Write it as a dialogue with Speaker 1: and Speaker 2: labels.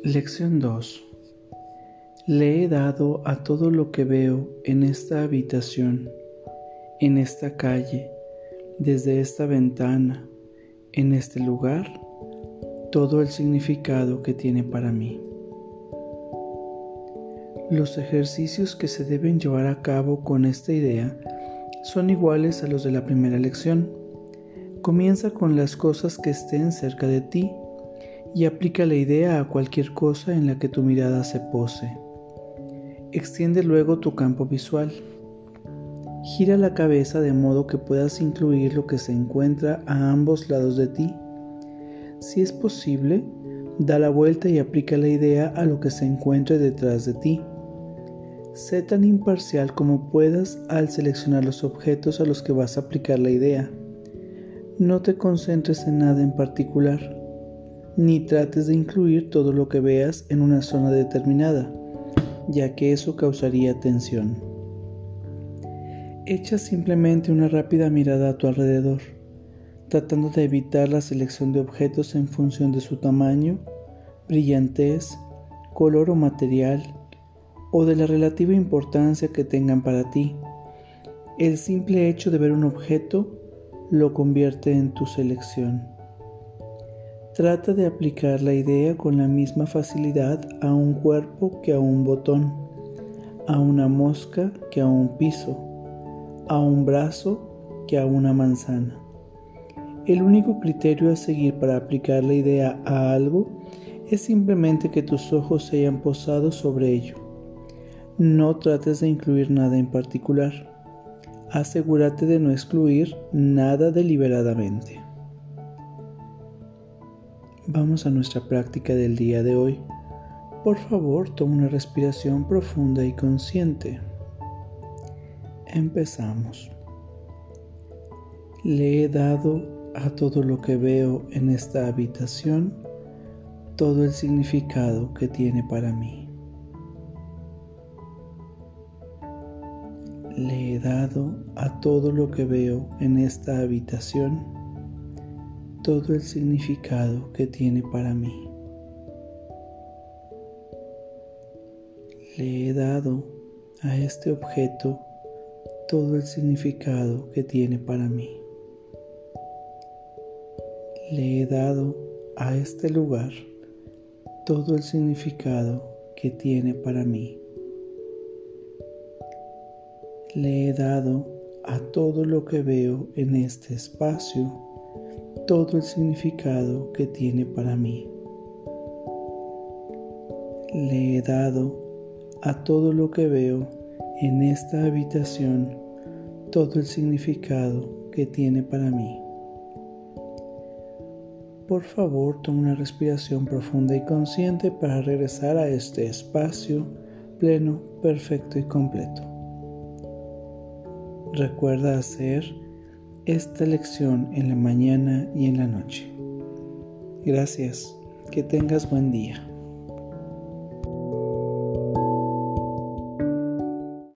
Speaker 1: Lección 2. Le he dado a todo lo que veo en esta habitación, en esta calle, desde esta ventana, en este lugar, todo el significado que tiene para mí. Los ejercicios que se deben llevar a cabo con esta idea son iguales a los de la primera lección. Comienza con las cosas que estén cerca de ti y aplica la idea a cualquier cosa en la que tu mirada se pose. Extiende luego tu campo visual. Gira la cabeza de modo que puedas incluir lo que se encuentra a ambos lados de ti. Si es posible, da la vuelta y aplica la idea a lo que se encuentre detrás de ti. Sé tan imparcial como puedas al seleccionar los objetos a los que vas a aplicar la idea. No te concentres en nada en particular, ni trates de incluir todo lo que veas en una zona determinada, ya que eso causaría tensión. Echa simplemente una rápida mirada a tu alrededor, tratando de evitar la selección de objetos en función de su tamaño, brillantez, color o material, o de la relativa importancia que tengan para ti. El simple hecho de ver un objeto lo convierte en tu selección. Trata de aplicar la idea con la misma facilidad a un cuerpo que a un botón, a una mosca que a un piso, a un brazo que a una manzana. El único criterio a seguir para aplicar la idea a algo es simplemente que tus ojos se hayan posado sobre ello. No trates de incluir nada en particular. Asegúrate de no excluir nada deliberadamente. Vamos a nuestra práctica del día de hoy. Por favor, toma una respiración profunda y consciente. Empezamos. Le he dado a todo lo que veo en esta habitación todo el significado que tiene para mí. Le he dado a todo lo que veo en esta habitación todo el significado que tiene para mí. Le he dado a este objeto todo el significado que tiene para mí. Le he dado a este lugar todo el significado que tiene para mí. Le he dado a todo lo que veo en este espacio todo el significado que tiene para mí. Le he dado a todo lo que veo en esta habitación todo el significado que tiene para mí. Por favor, toma una respiración profunda y consciente para regresar a este espacio pleno, perfecto y completo. Recuerda hacer esta lección en la mañana y en la noche. Gracias. Que tengas buen día.